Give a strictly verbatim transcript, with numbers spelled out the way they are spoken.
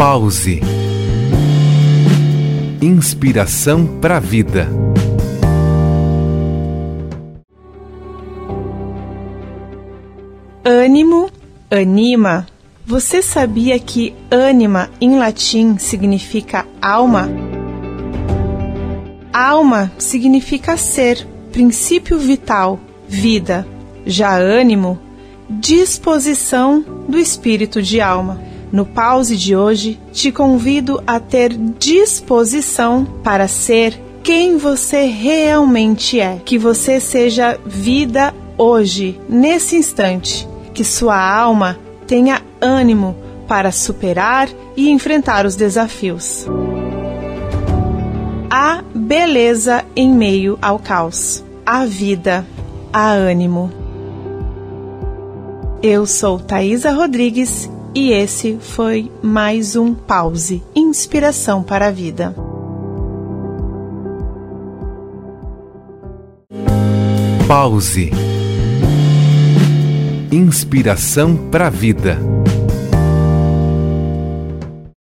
Pause. Inspiração para a vida. Ânimo, anima. Você sabia que ânima em latim significa alma? Alma significa ser, princípio vital, vida. Já ânimo, disposição do espírito de alma. No Pause de hoje, te convido a ter disposição para ser quem você realmente é. Que você seja vida hoje, nesse instante. Que sua alma tenha ânimo para superar e enfrentar os desafios. Há beleza em meio ao caos. Há vida, há ânimo. Eu sou Thaisa Rodrigues e esse foi mais um Pause, Inspiração para a Vida. Pause. Inspiração para a vida.